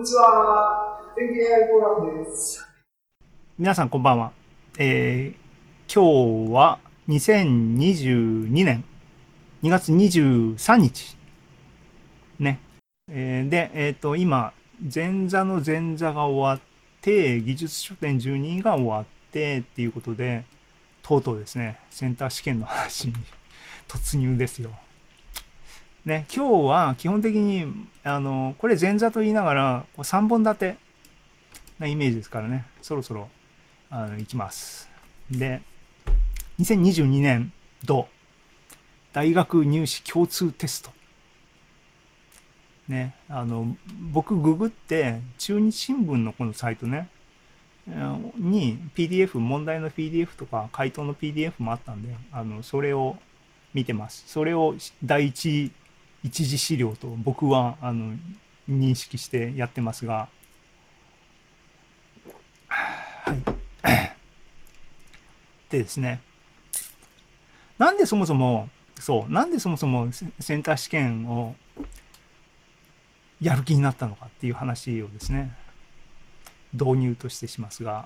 にちは。天気 AI フォーラムです。 皆さんこんばんは。今日は2022年2月23日ね。で、今、前座の前座が終わって、技術書店12が終わってっていうことで、とうとうですね、センター試験の話に突入ですよ。ね、今日は基本的に、これ前座と言いながら、3本立てなイメージですからね、そろそろ、行きます。で、2022年度大学入試共通テスト。ね、僕ググって中日新聞のこのサイトね、に PDF、問題の PDF とか回答の PDF もあったんで、それを見てます。それを一次資料と僕は、認識してやってますが、はい。でですね、なんでそもそも、なんでそもそもセンター試験をやる気になったのかっていう話をですね、導入としてしますが、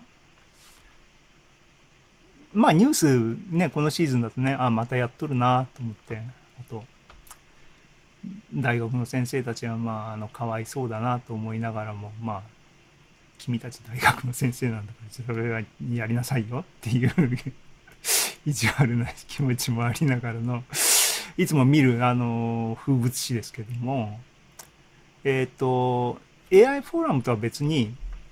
まあニュースね、このシーズンだとね、あ、またやっとるなと思って、あと、大学の先生たちはまあ、かわいそうだなと思いながらも、まあ、君たち大学の先生なんだから、それはやりなさいよっていう意地悪な気持ちもありながらの、いつも見る、風物詩ですけども、AI フォーラムとは別に、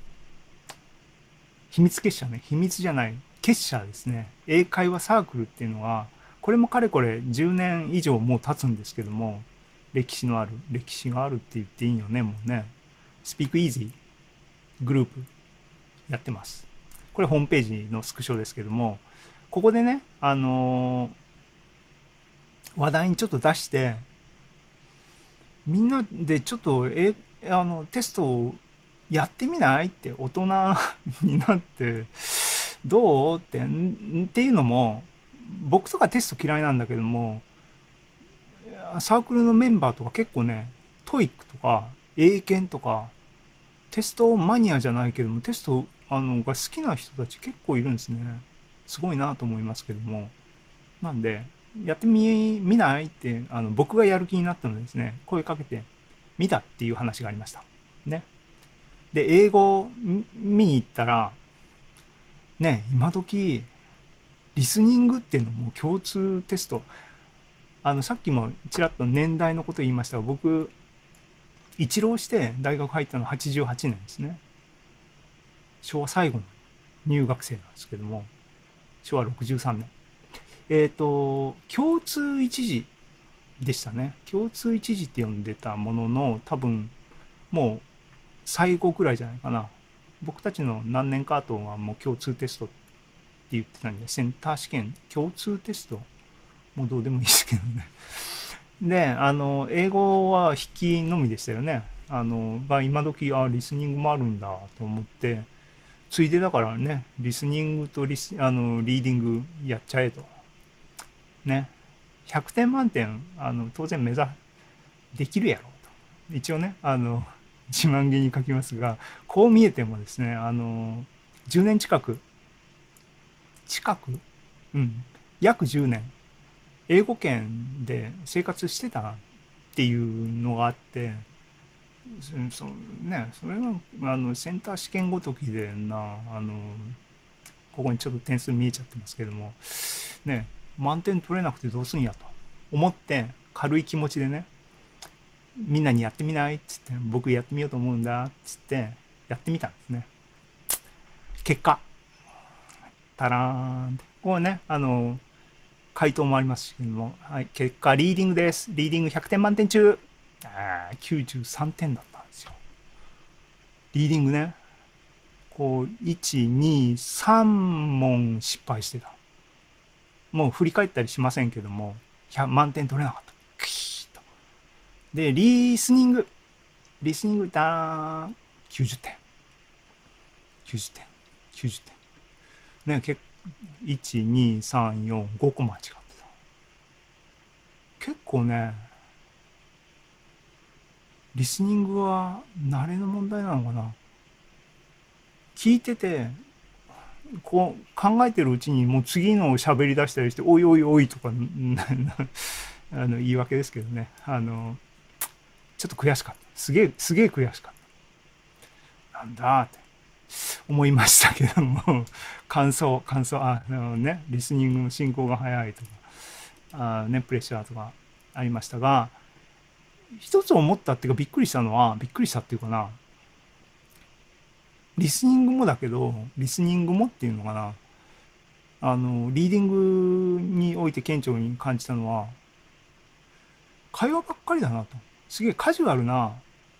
秘密結社ね、秘密じゃない、結社ですね。英会話サークルっていうのは、これもかれこれ10年以上もう経つんですけども、歴史があるって言っていいよね、もうね。Speak Easy グループやってます。これホームページのスクショですけども、ここでね、話題にちょっと出して、みんなでちょっと、テストをやってみないって大人になって、どうっていうのも、僕とかテスト嫌いなんだけども、サークルのメンバーとか結構ね、トイックとか、英検とか、テストマニアじゃないけども、テストが好きな人たち結構いるんですね。すごいなと思いますけども。なんで、やってみないって、僕がやる気になったのでですね、声かけてみたっていう話がありました。ね。で、英語見に行ったら、ね、今時、リスニングっていうのも共通テスト。さっきもちらっと年代のこと言いましたが、僕、一浪して大学入ったの88年ですね。昭和最後の入学生なんですけども、昭和63年。共通一時でしたね。共通一時って呼んでたものの、多分、もう最後くらいじゃないかな。僕たちの何年か後はもう共通テストって言ってたんで、センター試験、共通テスト、もうどうでもいいですけどね。で、英語は筆記のみでしたよね。今時、リスニングもあるんだと思って、ついでだからね、リスニングとリーディングやっちゃえと。ね。100点満点、当然目指、できるやろうと。一応ね、自慢げに書きますが、こう見えてもですね、10年近くうん、約10年、英語圏で生活してたっていうのがあって、そね、それがセンター試験ごときでここにちょっと点数見えちゃってますけども、ね、満点取れなくてどうすんやと思って軽い気持ちでね、みんなにやってみないっつって、僕やってみようと思うんだっつってやってみたんですね。結果、タラーン、こうね、回答もありますけども、はい、結果リーディングです。リーディング100点満点中、93点だったんですよ。リーディングね、こう1、2、3問失敗してた。もう振り返ったりしませんけども、満点取れなかった。クイーッと。で、リスニングだーん、90点。90点。90点。ね、1、2、3、4、5個間違ってた。結構ね、 リスニングは慣れの問題なのかな。聞いてて、こう考えてるうちにもう次のを喋り出したりして、おいおいおいとか、言い訳ですけどね。ちょっと悔しかった。すげえ悔しかった。なんだって思いましたけども、リスニングの進行が早いとか、プレッシャーとかありましたが、一つ思ったっていうかびっくりしたっていうかな、リスニングもだけど、リスニングもっていうのかな、リーディングにおいて顕著に感じたのは、会話ばっかりだなと。すげえカジュアルな、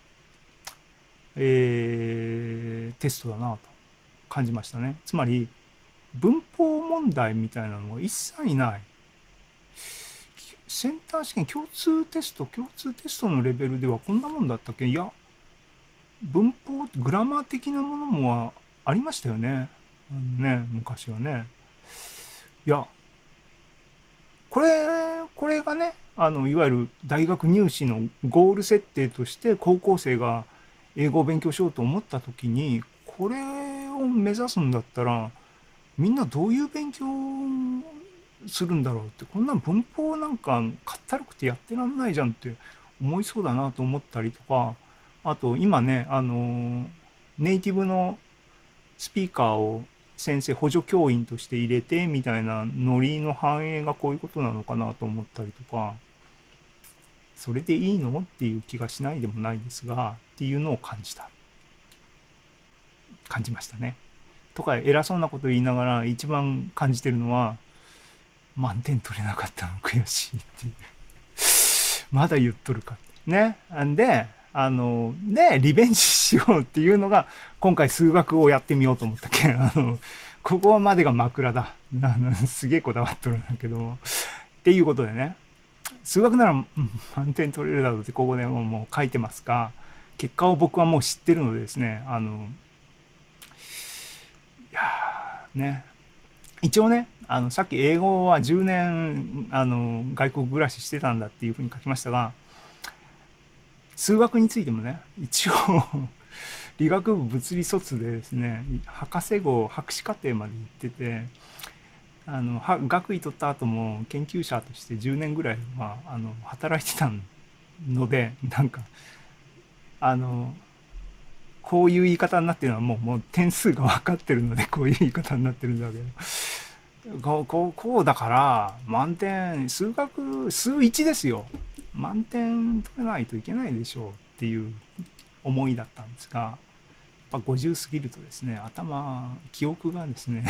テストだなと感じましたね。つまり、文法問題みたいなのが一切ない。センター試験共通テストのレベルではこんなもんだったっけ。いや、文法、グラマー的なものもありましたよね。昔はね。いや、これがね、いわゆる大学入試のゴール設定として高校生が英語を勉強しようと思った時に、これを目指すんだったら、みんなどういう勉強するんだろうって、こんな文法なんかかったるくてやってらんないじゃんって思いそうだなと思ったりとか、あと今ね、ネイティブのスピーカーを先生補助教員として入れてみたいなノリの反映がこういうことなのかなと思ったりとか、それでいいのっていう気がしないでもないですが、っていうのを感じましたね。とか偉そうなこと言いながら一番感じてるのは、満点取れなかったの悔しいっていう。まだ言っとるかってね。んで、リベンジしようっていうのが、今回数学をやってみようと思ったけん、ここまでが枕だ。すげえこだわっとるんだけど、っていうことでね、数学なら、満点取れるだろうってここでもう書いてますが、結果を僕はもう知ってるのでですね、いやね、一応ね、さっき英語は10年、外国暮らししてたんだっていうふうに書きましたが、数学についてもね、一応理学部物理卒でですね、博士号、博士課程まで行ってて、学位取った後も研究者として10年ぐらいは、働いてたので、なんか、あの、こういう言い方になってるのはもう点数が分かってるので、こういう言い方になってるんだけど、こうだから、満点、数1ですよ。満点取れないといけないでしょうっていう思いだったんですが、やっぱ50過ぎるとですね、記憶がですね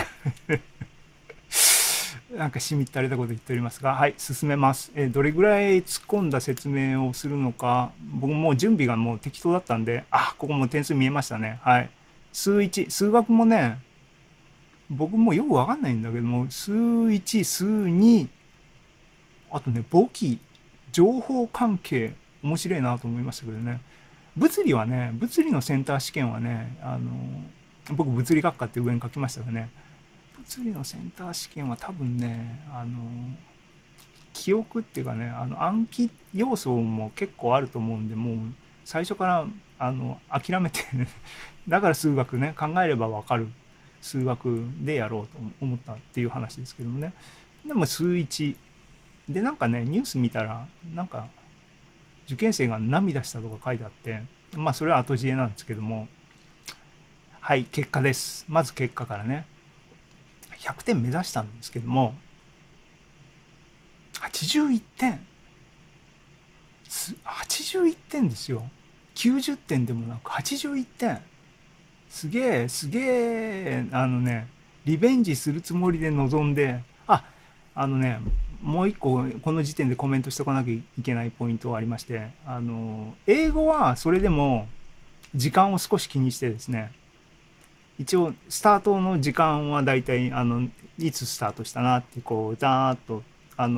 なんかしみったれたこと言っておりますが、はい、進めます。どれぐらい突っ込んだ説明をするのか、僕も準備がもう適当だったんで、ここも点数見えましたね。はい。数1、数学もね、僕もよくわかんないんだけども、数1、数2、あとね、簿記、情報関係、面白いなと思いましたけどね。物理のセンター試験はね、僕物理学科って上に書きましたがね、物理のセンター試験は多分ね、記憶っていうかね、暗記要素も結構あると思うんで、もう最初から諦めてだから数学ね、考えればわかる数学でやろうと思ったっていう話ですけどもね。でも数1で、なんかね、ニュース見たらなんか受験生が涙したとか書いてあって、まあそれは後知恵なんですけども、はい、結果です。まず結果からね、100点目指したんですけども、81点。81点ですよ。90点でもなく81点。すげえ、リベンジするつもりで臨んで、もう一個、この時点でコメントしておかなきゃいけないポイントがありまして、英語はそれでも時間を少し気にしてですね、一応、スタートの時間はだいたい、いつスタートしたなって、こう、ざーっと、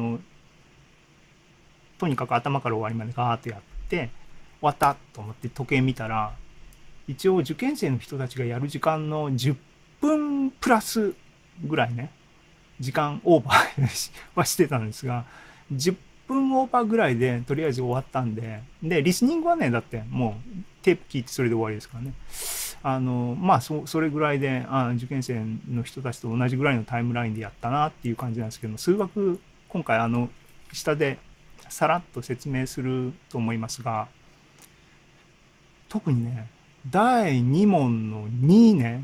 とにかく頭から終わりまでガーッとやって、終わったと思って時計見たら、一応受験生の人たちがやる時間の10分プラスぐらいね、時間オーバーはしてたんですが、10 分オーバーぐらいでとりあえず終わったんで、で、リスニングはね、だってもうテープ聞いてそれで終わりですからね。まあそれぐらいで受験生の人たちと同じぐらいのタイムラインでやったなっていう感じなんですけども、数学今回下でさらっと説明すると思いますが、特にね第2問の2ね、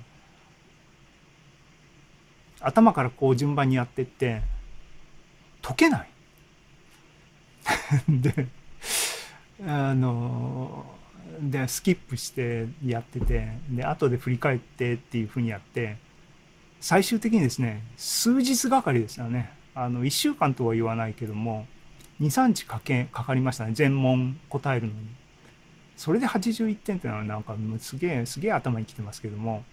頭からこう順番にやってって解けないででスキップしてやってて、で後で振り返ってっていうふうにやって、最終的にですね数日がかりですよね。1週間とは言わないけども23日かかりましたね、全問答えるのに。それで81点ってのはなんかすげえ頭にきてますけども、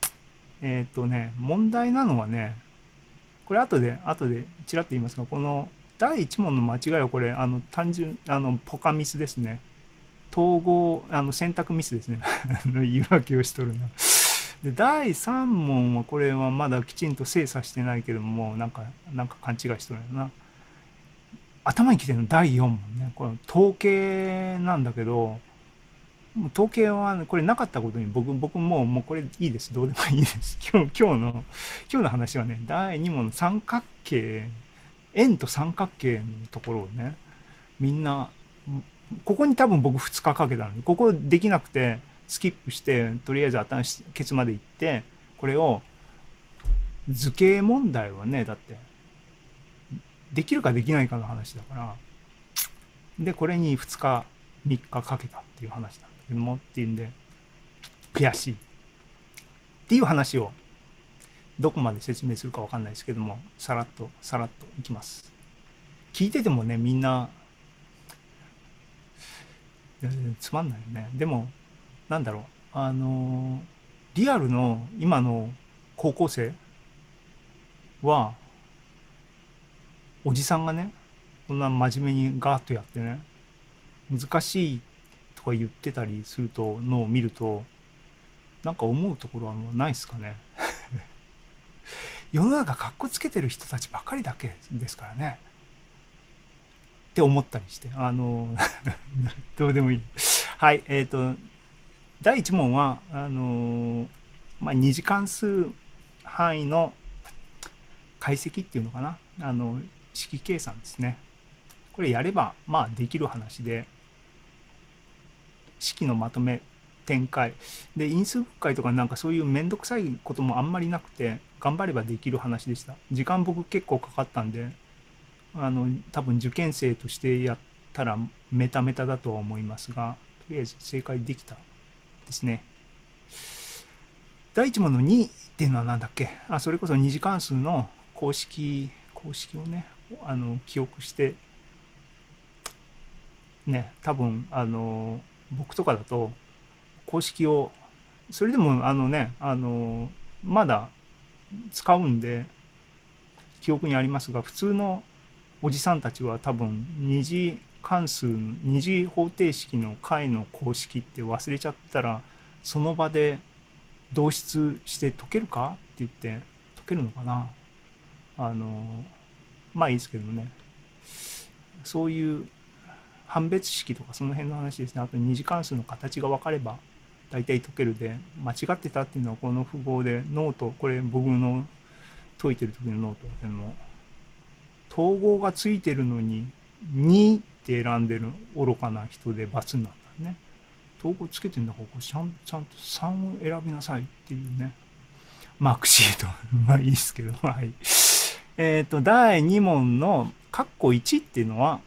問題なのはね、これ後でちらっと言いますが、この第1問の間違いはこれ単純ポカミスですね。統合選択ミスですね。言い訳をしとるな。で第3問はこれはまだきちんと精査してないけども、なんか勘違いしとるよな。頭にきてるの第4問ね、これ統計なんだけど、統計はこれなかったことに僕もうこれいいです、どうでもいいです。今日の話はね、第2問の三角形、円と三角形のところをね、みんなここに多分僕2日かけたので、ここできなくてスキップして、とりあえずケツまで行って、これを図形問題はね、だってできるかできないかの話だから、でこれに2日3日かけたっていう話なんだけどもっていうんで、悔しいっていう話をどこまで説明するか分かんないですけども、さらっといきます。聞いててもね、みんなつまんないよね。でもなんだろう、リアルの今の高校生はおじさんがね、こんな真面目にガーッとやってね、難しいとか言ってたりするのを見ると、なんか思うところはもうないですかね。世の中かっこつけてる人たちばかりだけですからねって思ったりして、どうでもいい。はい。第1問は2次関数範囲の解析っていうのかな、式計算ですね。これやればまあできる話で、式のまとめ、展開で因数分解とかなんかそういうめんどくさいこともあんまりなくて、頑張ればできる話でした。時間僕結構かかったんで、多分受験生としてやったらメタメタだとは思いますが、とりあえず正解できたですね。第1問の2っていうのは何だっけ、それこそ二次関数の公式をね、記憶してね、多分僕とかだと公式をそれでもまだ使うんで記憶にありますが、普通のおじさんたちは多分二次関数二次方程式の解の公式って忘れちゃったら、その場で導出して解けるかって言って解けるのかな。まあいいですけどね、そういう判別式とかその辺の話ですね。あと二次関数の形が分かれば大体解けるで、間違ってたっていうのはこの符号でノート、これ僕の解いてる時のノートでも、統合がついてるのに2って選んでる愚かな人で×になったね。統合つけてんだからちゃんと3を選びなさいっていうね、マークシートまあいいですけど、はい。第2問の括弧1っていうのは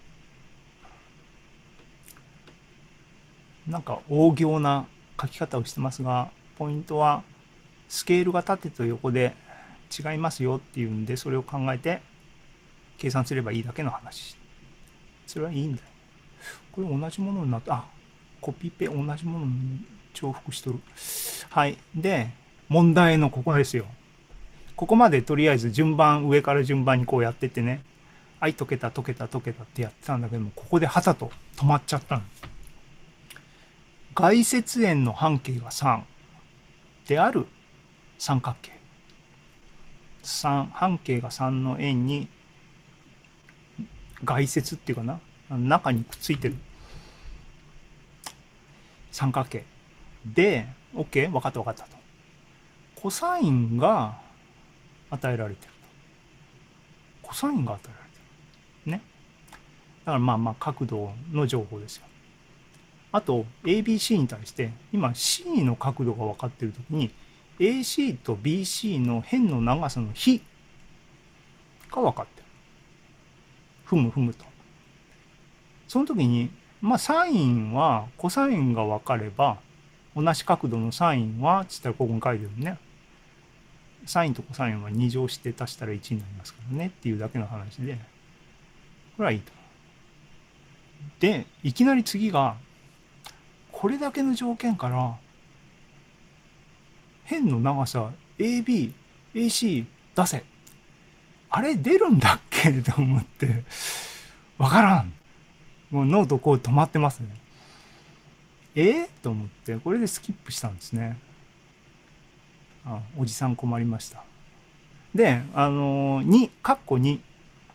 なんか大行な書き方をしてますが、ポイントはスケールが縦と横で違いますよっていうんで、それを考えて計算すればいいだけの話。それはいいんだよ。これ同じものになった。コピペ同じものに重複しとる。はい。で、問題のここですよ。ここまでとりあえず上から順番にこうやってってね、はい、解けたってやってたんだけども、ここではたと止まっちゃったの。外接円の半径が3である三角形。半径が3の円に外接っていうかな、中にくっついてる三角形で OK 分かった分かったと。コサインが与えられてると。コサインが与えられてるね。だからまあまあ角度の情報ですよ。あと ABC に対して今 C の角度が分かっているときに AC と BC の辺の長さの比が分かってる。ふむふむと。その時にまあサインはコサインが分かれば同じ角度のサインはつったらここに書いてるね。サインとコサインは2乗して足したら1になりますからねっていうだけの話で、これはいいと。で、いきなり次がこれだけの条件から辺の長さ AB、AC 出せ。あれ出るんだっけと思って、わからん。もうノートこう止まってますね。と思って、これでスキップしたんですね。おじさん困りました。で、2、カッコ2。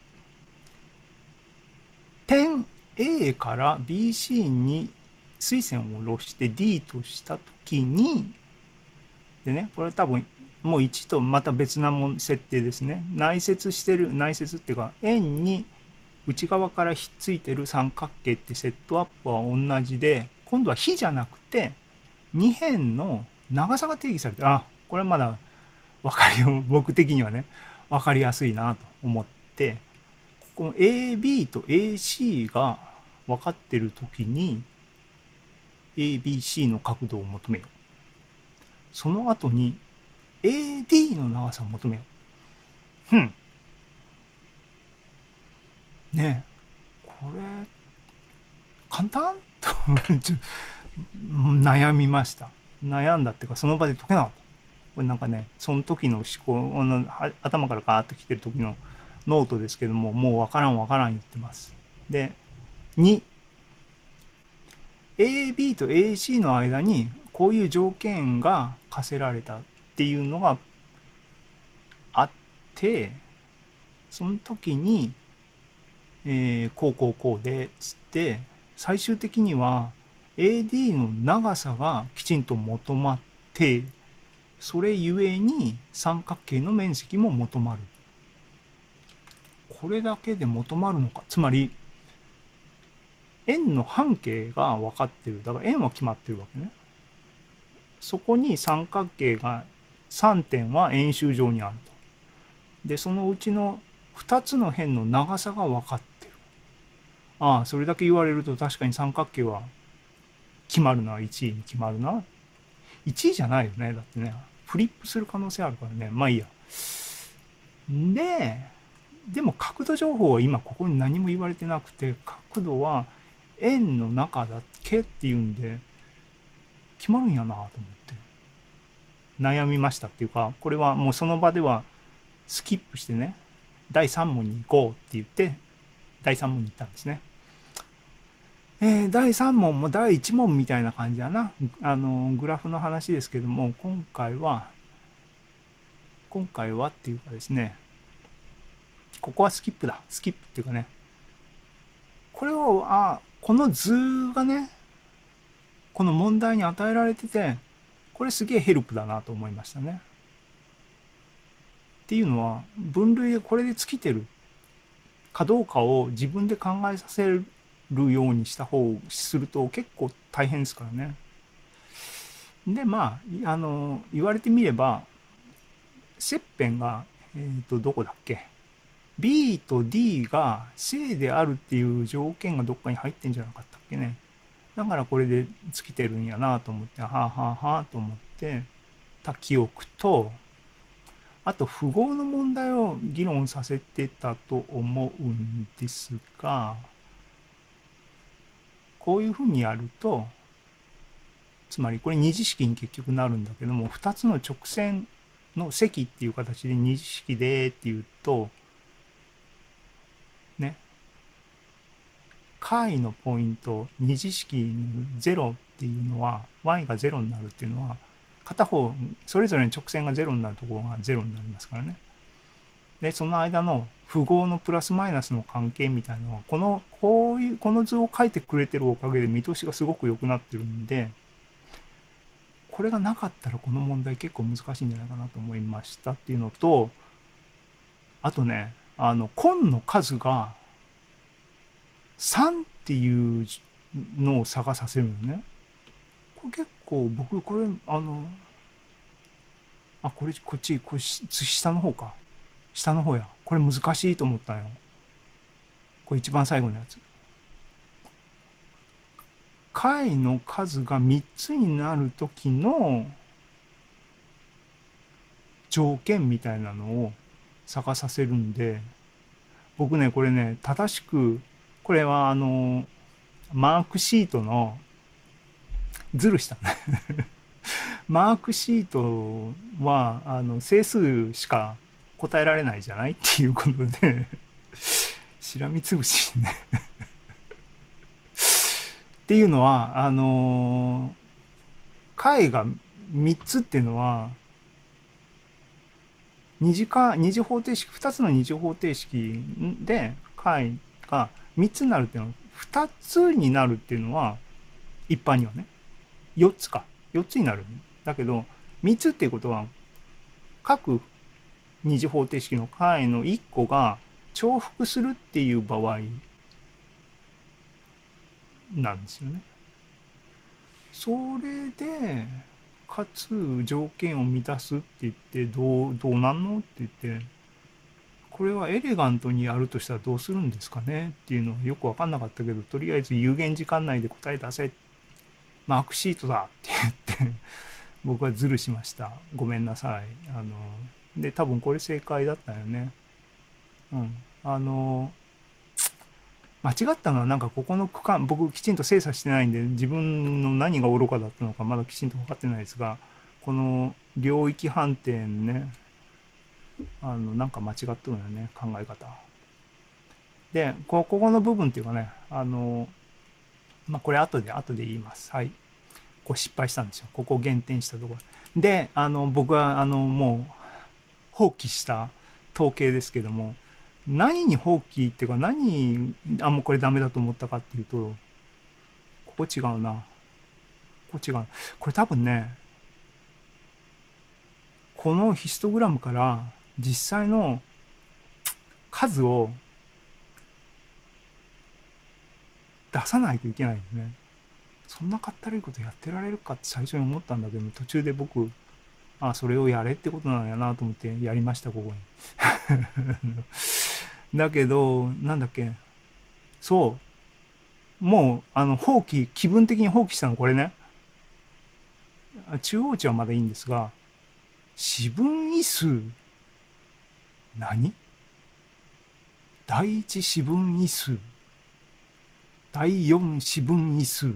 点 A から BC に垂線を下ろして D としたときに、でね、これ多分もう1とまた別な設定ですね。内接してる、内接っていうか、円に内側からひっついてる三角形ってセットアップは同じで、今度は比じゃなくて、2辺の長さが定義されて、これまだ僕的にはね、分かりやすいなと思って、この AB と AC が分かってるときに、ABC の角度を求めよう。その後に AD の長さを求めよう。ねえ、これ、簡単と悩みました。悩んだっていうか、その場で解けなかった。これなんかね、その時の思考の頭からガーッと来てる時のノートですけども、もうわからん言ってます。で、2、AB と AC の間にこういう条件が課せられたっていうのがあって、その時に、こうでつって最終的には AD の長さがきちんと求まって、それゆえに三角形の面積も求まる。これだけで求まるのか。つまり円の半径が分かってる。だから円は決まってるわけね。そこに三角形が3点は円周上にあると。でそのうちの2つの辺の長さが分かってる。それだけ言われると確かに三角形は決まるな、1位に決まるな。1位じゃないよね。だってね、フリップする可能性あるからね。まあいいや。でも角度情報は今ここに何も言われてなくて、角度は円の中だけっていうんで、決まるんやなと思って。悩みましたっていうか、これはもうその場ではスキップしてね、第3問に行こうって言って、第3問に行ったんですね。第3問も第1問みたいな感じだな。グラフの話ですけども、今回はっていうかですね、ここはスキップだ。スキップっていうかね、これを、この図がね、この問題に与えられてて、これすげえヘルプだなと思いましたね。っていうのは、分類でこれで尽きてるかどうかを自分で考えさせるようにすると結構大変ですからね。で、言われてみれば、切片が、どこだっけ ?B と D が正であるっていう条件がどっかに入ってんじゃなかったっけね。だからこれで尽きてるんやなと思って、と思ってた記憶と、あと符号の問題を議論させてたと思うんですが、こういうふうにやると、つまりこれ二次式に結局なるんだけども、2つの直線の積っていう形で二次式でっていうと、ね、解のポイント、二次式0っていうのは、y が0になるっていうのは、片方、それぞれの直線が0になるところが0になりますからね。 で、その間の符号のプラスマイナスの関係みたいなのは、この図を書いてくれてるおかげで見通しがすごく良くなってるんで、これがなかったらこの問題結構難しいんじゃないかなと思いましたっていうのと、あとね、根の数が3っていうのを探させるのね。これ結構僕、これ、こっち、これ下の方か。下の方や。これ難しいと思ったよ。これ一番最後のやつ。解の数が3つになるときの条件みたいなのを探させるんで、僕ね、これね、正しく、これはマークシートの、ズルしたね。マークシートは、整数しか答えられないじゃないっていうことで、しらみつぶしね。っていうのは、解が3つっていうのは、二次方程式、2つの二次方程式で解が3つになるっていうのは、2つになるっていうのは、一般にはね、4つか。4つになる。だけど、3つっていうことは、各二次方程式の解の1個が重複するっていう場合なんですよね。それで、かつ条件を満たすって言って、どうなんのって言って、これはエレガントにやるとしたらどうするんですかねっていうのはよくわかんなかったけど、とりあえず有限時間内で答え出せ。マークシートだって言って、僕はズルしました。ごめんなさい。で、多分これ正解だったよね。うん。間違ったのはなんかここの区間、僕きちんと精査してないんで、自分の何が愚かだったのかまだきちんと分かってないですが、この領域判定ね、なんか間違っとるよね、考え方。で、ここの部分っていうかね、これ後で言います。はい。こう失敗したんですよ。ここを減点したところ。で、僕は、もう、放棄した統計ですけども、何に放棄っていうか、もうこれダメだと思ったかっていうと、ここ違うな。ここ違う。これ多分ね、このヒストグラムから実際の数を出さないといけないんですね。そんなかったるいことやってられるかって最初に思ったんだけど、途中で僕、それをやれってことなんやなと思ってやりました、ここに。だけど、なんだっけ、そう、もう、気分的に放棄したのこれね。中央値はまだいいんですが、四分位数、何第一四分位数、第四四分位数、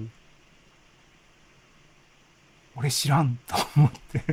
俺知らんと思って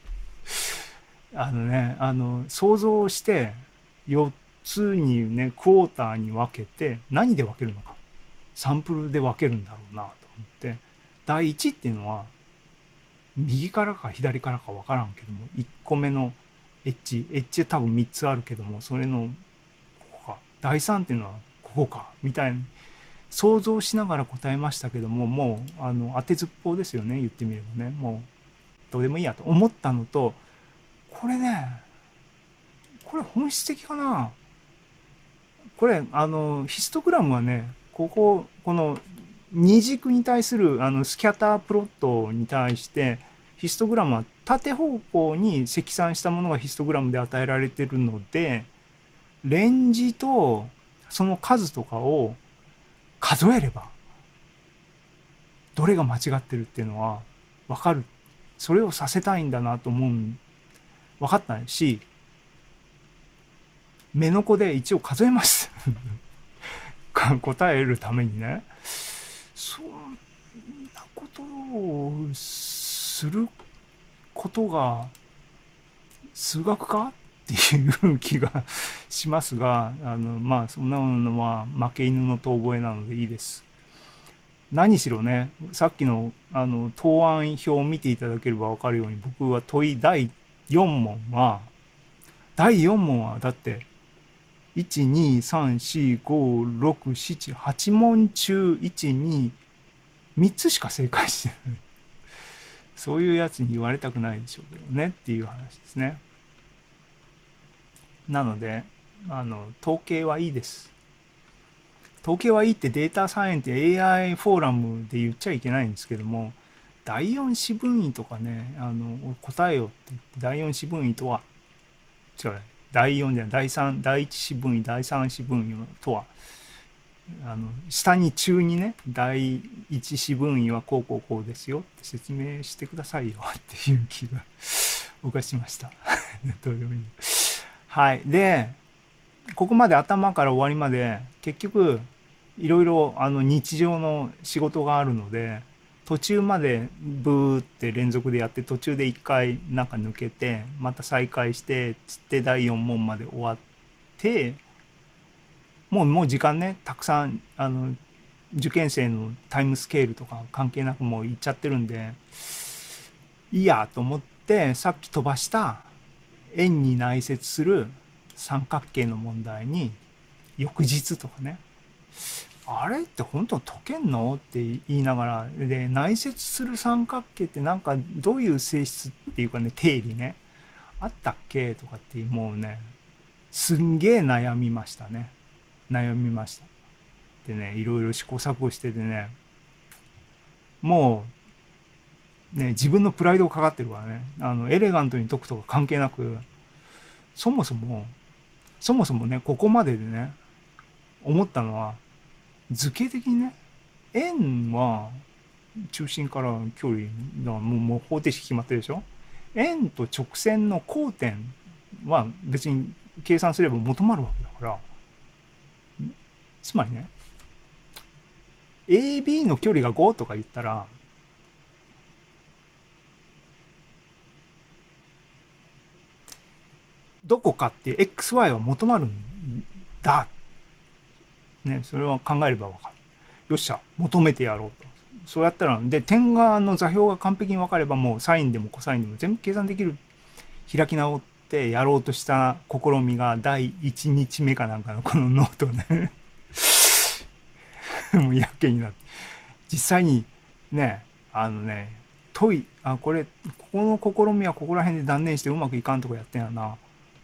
想像して4つにね、クォーターに分けて、何で分けるのか。サンプルで分けるんだろうなと思って、第1っていうのは、右からか左からか分からんけども、1個目のエッジ多分3つあるけども、それのここか。第3っていうのはここか。みたいな、想像しながら答えましたけども、もう、当てずっぽうですよね、言ってみればね。もう、どうでもいいやと思ったのと、これね、これ本質的かな。これ、ヒストグラムはね、この二軸に対するスキャタープロットに対して、ヒストグラムは縦方向に積算したものがヒストグラムで与えられているので、レンジとその数とかを数えれば、どれが間違ってるっていうのは分かる。それをさせたいんだなと思う。分かったし、目の子で一応数えます。答えるためにね。そんなことをすることが数学かっていう気がしますが、そんなのは負け犬の遠吠えなのでいいです。何しろね、さっきの答案表を見ていただければ分かるように、僕は問い第4問は第4問はだって1、2、3、4、5、6、7、8問中1、2、3つしか正解してない。そういうやつに言われたくないでしょうけどねっていう話ですね。なので、統計はいいです。統計はいいってデータサイエンス AI フォーラムで言っちゃいけないんですけども、第4四分位とかね、答えよって言って、第4四分位とは、違う、第4じゃない、第3、第1四分位、第3四分位とは、下に中にね、第1四分位はこうこうこうですよって説明してくださいよっていう気が僕はしました。どうでもいい。はい。で、ここまで頭から終わりまで、結局、いろいろ日常の仕事があるので、途中までブーって連続でやって、途中で一回なんか抜けて、また再開して、つって第4問まで終わって、もう時間ね、たくさん、受験生のタイムスケールとか関係なくもう行っちゃってるんで、いいやと思って、さっき飛ばした円に内接する三角形の問題に、翌日とかね、あれって本当解けんのって言いながら、で、内接する三角形ってなんかどういう性質っていうかね、定理ね、あったっけとかってもうね、すんげえ悩みましたね。悩みました。でね、いろいろ試行錯誤しててね、もうね、自分のプライドがかかってるからね、エレガントに解くとか関係なく、そもそも、そもそもね、ここまででね、思ったのは、図形的にね、円は中心から距離だもう方程式決まってるでしょ。円と直線の交点は別に計算すれば求まるわけだから、つまりね、AB の距離が5とか言ったら、どこかって XY は求まるんだ。ね、それは考えればわかる。よっしゃ、求めてやろうと。そうやったら、で、点が座標が完璧に分かればもうサインでもコサインでも全部計算できる。開き直ってやろうとした試みが第1日目かなんかのこのノートねもうやけになって。実際にね、これ、ここの試みはここら辺で断念してうまくいかんとかやってんやな。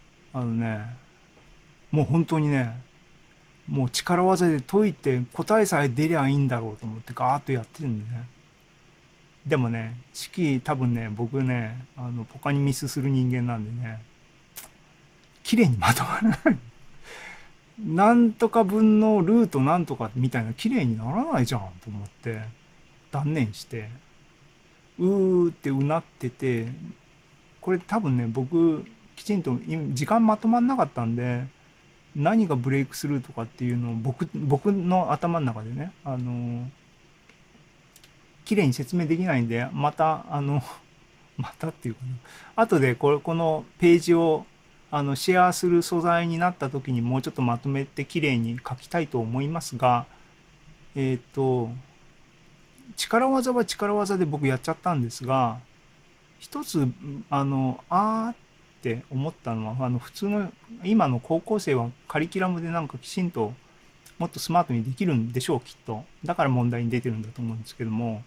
もう本当にね、もう力技で解いて答えさえ出りゃいいんだろうと思ってガーッとやってるんでね。でもね、式多分ね、僕ね、ポカにミスする人間なんでね、綺麗にまとまらない。なんとか分のルートなんとかみたいな綺麗にならないじゃんと思って断念して、うーってうなってて、これ多分ね、僕きちんと時間まとまんなかったんで、何がブレイクスルーとかっていうのを僕の頭の中でね、綺麗に説明できないんで、また、またっていうかな、後でこのページをシェアする素材になった時にもうちょっとまとめて綺麗に書きたいと思いますが、えっ、と、力技は力技で僕やっちゃったんですが、一つ、って思ったのは、普通の、今の高校生はカリキュラムでなんかきちんともっとスマートにできるんでしょう、きっと。だから問題に出てるんだと思うんですけども、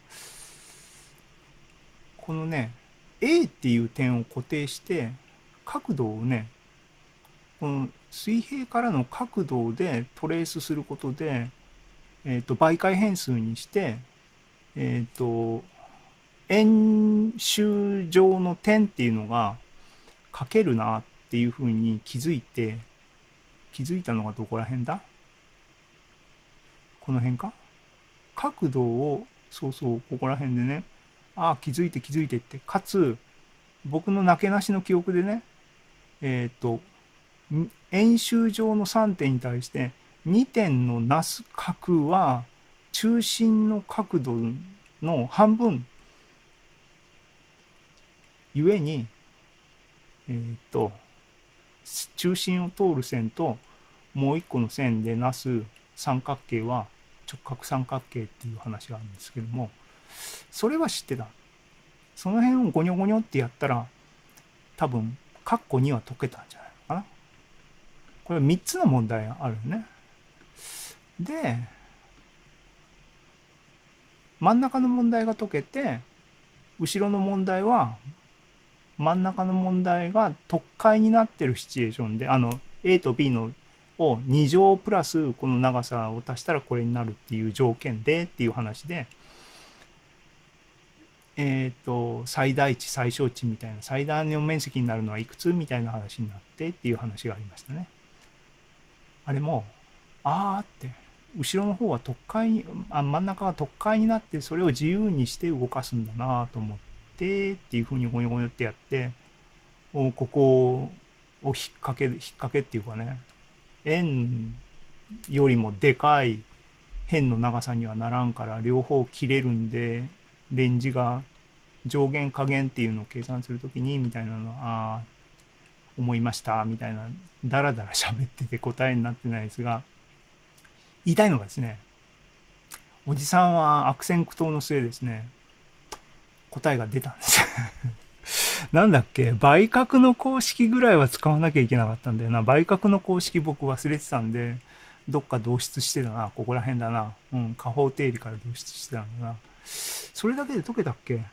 このね、A っていう点を固定して、角度をね、この水平からの角度でトレースすることで、媒介変数にして、えっ、と、円周上の点っていうのが書けるなっていうふうに気づいたのがどこら辺だ、この辺か、角度を、そうそう、ここら辺でね、気づいて気づいてって、かつ、僕のなけなしの記憶でね、えっ、と、円周上の3点に対して2点のなす角は中心の角度の半分ゆえに、えっ、と、中心を通る線ともう一個の線でなす三角形は直角三角形っていう話があるんですけども、それは知ってた。その辺をゴニョゴニョってやったら多分カッコ2は解けたんじゃないのかな。 これ3つの問題があるね。で、真ん中の問題が解けて、後ろの問題は、真ん中の問題が特解になってるシチュエーションで、A と B のを2乗プラスこの長さを足したらこれになるっていう条件でっていう話で、最大値、最小値みたいな、最大の面積になるのはいくつみたいな話になってっていう話がありましたね。あれも、あーって、後ろの方は特解に、真ん中が特解になってそれを自由にして動かすんだなと思ってっていうふうにゴニョゴニョってやって、ここを引っ掛けっていうかね、円よりもでかい辺の長さにはならんから両方切れるんで、レンジが上限下限っていうのを計算するときにみたいなのは、ああ、思いましたみたいな、だらだら喋ってて答えになってないですが、言いたいのがですね、おじさんは悪戦苦闘の末ですね、答えが出たんです。なんだっけ、倍角の公式ぐらいは使わなきゃいけなかったんだよな。倍角の公式僕忘れてたんで、どっか導出してたな。ここら辺だな。うん、下方定理から導出してたんだな。それだけで解けたっけ？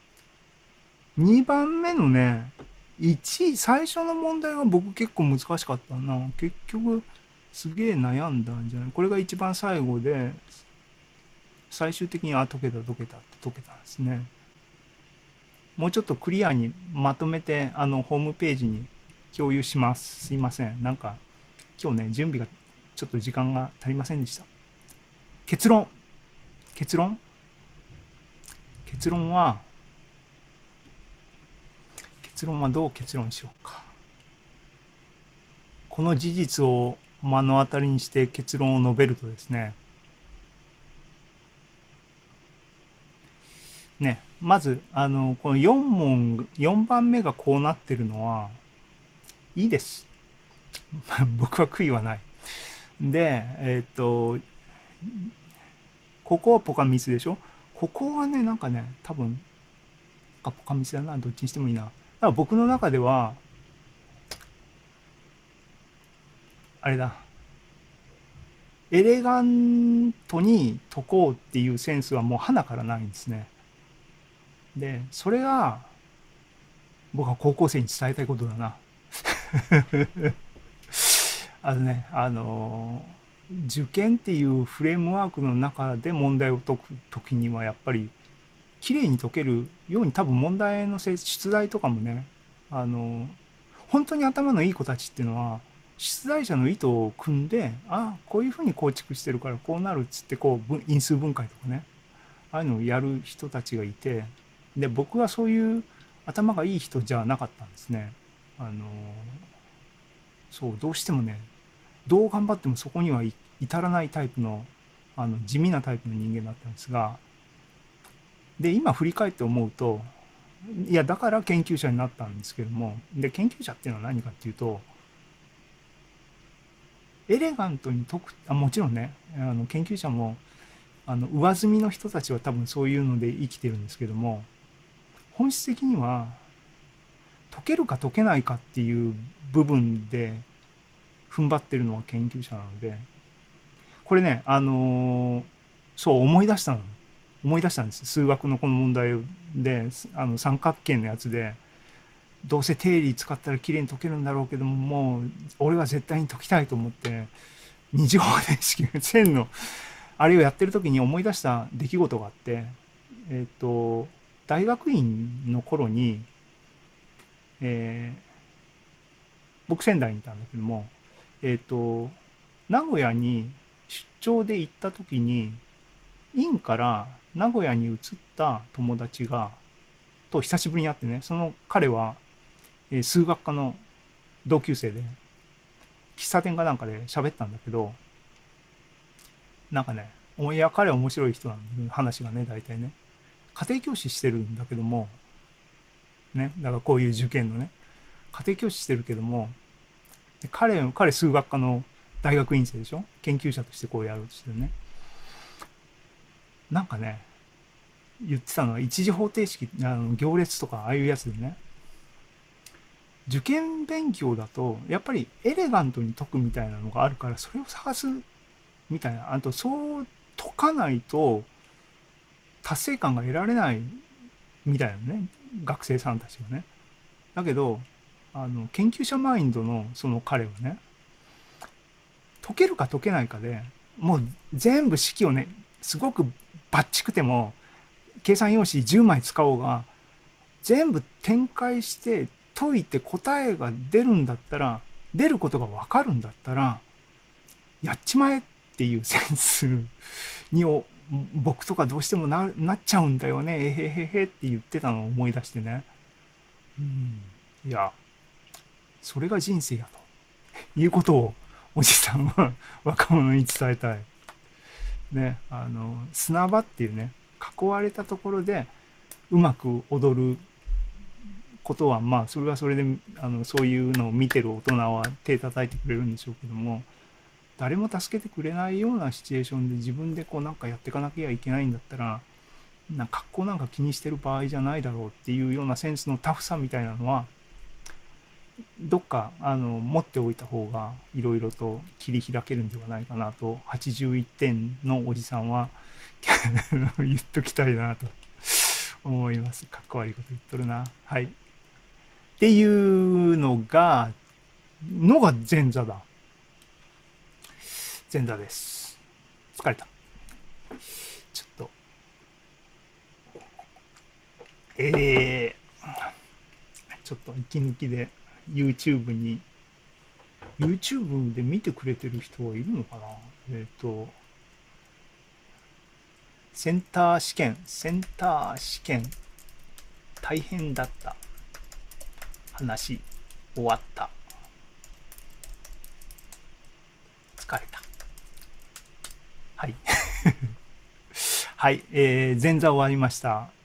2 番目のね、1、最初の問題は僕結構難しかったな。結局、すげえ悩んだんじゃない？これが一番最後で、最終的に、解けたって解けたんですね。もうちょっとクリアにまとめて、ホームページに共有します。すいません。なんか、今日ね、準備がちょっと時間が足りませんでした。結論。結論結論は、結論はどう結論しようか。この事実を目の当たりにして結論を述べるとですね、まず、この4番目がこうなってるのは、いいです。僕は悔いはない。で、ここはポカミスでしょ？ここはね、なんかね、多分、ポカミスだな、どっちにしてもいいな。だから僕の中では、あれだ、エレガントに解こうっていうセンスはもう花からないんですね。で、それが僕は高校生に伝えたいことだな。受験っていうフレームワークの中で問題を解くときにはやっぱり綺麗に解けるように多分問題の出題とかもね、あの、本当に頭のいい子たちっていうのは出題者の意図を組んで、こういうふうに構築してるからこうなるっつってこう因数分解とかね、ああいうのをやる人たちがいて、で、僕はそういう頭がいい人じゃなかったんですね。あの、そう、どうしてもね、どう頑張ってもそこには至らないタイプの、地味なタイプの人間だったんですが、で、今振り返って思うと、いや、だから研究者になったんですけども、で、研究者っていうのは何かっていうと、エレガントに解く、もちろんね、研究者も、上積みの人たちは多分そういうので生きてるんですけども、本質的には、解けるか解けないかっていう部分で踏ん張ってるのは研究者なので、これね、そう思い出したんです。数学のこの問題で、三角形のやつで、どうせ定理使ったら綺麗に解けるんだろうけども、もう、俺は絶対に解きたいと思って、二次方程式、線の、あれをやってる時に思い出した出来事があって、大学院の頃に、えー僕仙台にいたんだけども、名古屋に出張で行った時に、院から名古屋に移った友達と久しぶりに会ってね、その彼は、数学科の同級生で、喫茶店かなんかで喋ったんだけど、なんかね、いや、彼は面白い人なんで、話がね、大体ね。家庭教師してるんだけども、ね、だからこういう受験のね、家庭教師してるけども、彼数学科の大学院生でしょ？研究者としてこうやろうとしてるね。なんかね、言ってたのは一次方程式、行列とかああいうやつでね、 受験勉強だと、やっぱりエレガントに解くみたいなのがあるから、それを探すみたいな。あと、そう解かないと達成感が得られないみたいなね。学生さんたちがね。だけど、研究者マインドのその彼はね、解けるか解けないかで、もう全部式をね、すごくバッチくても、計算用紙10枚使おうが、全部展開して解いて答えが出るんだったら、出ることがわかるんだったら、やっちまえっていうセンスに僕とかどうしてもなっちゃうんだよね、えへへへって言ってたのを思い出してね。うん。いや、それが人生やということをおじさんは若者に伝えたい。ね、砂場っていうね、囲われたところでうまく踊ることは、まあ、それはそれで、そういうのを見てる大人は手叩いてくれるんでしょうけども、誰も助けてくれないようなシチュエーションで自分でこうなんかやっていかなきゃいけないんだったら、格好なんか気にしてる場合じゃないだろうっていうようなセンスのタフさみたいなのは、どっか持っておいた方がいろいろと切り開けるんではないかなと、81点のおじさんは言っときたいなと思います。かっこ悪いこと言っとるな。はい。っていうのが前座だ。前座です。疲れた。ちょっと、ちょっと息抜きで YouTube で見てくれてる人はいるのかな。センター試験、大変だった。話、終わった。疲れた。はい。はい、前座終わりました。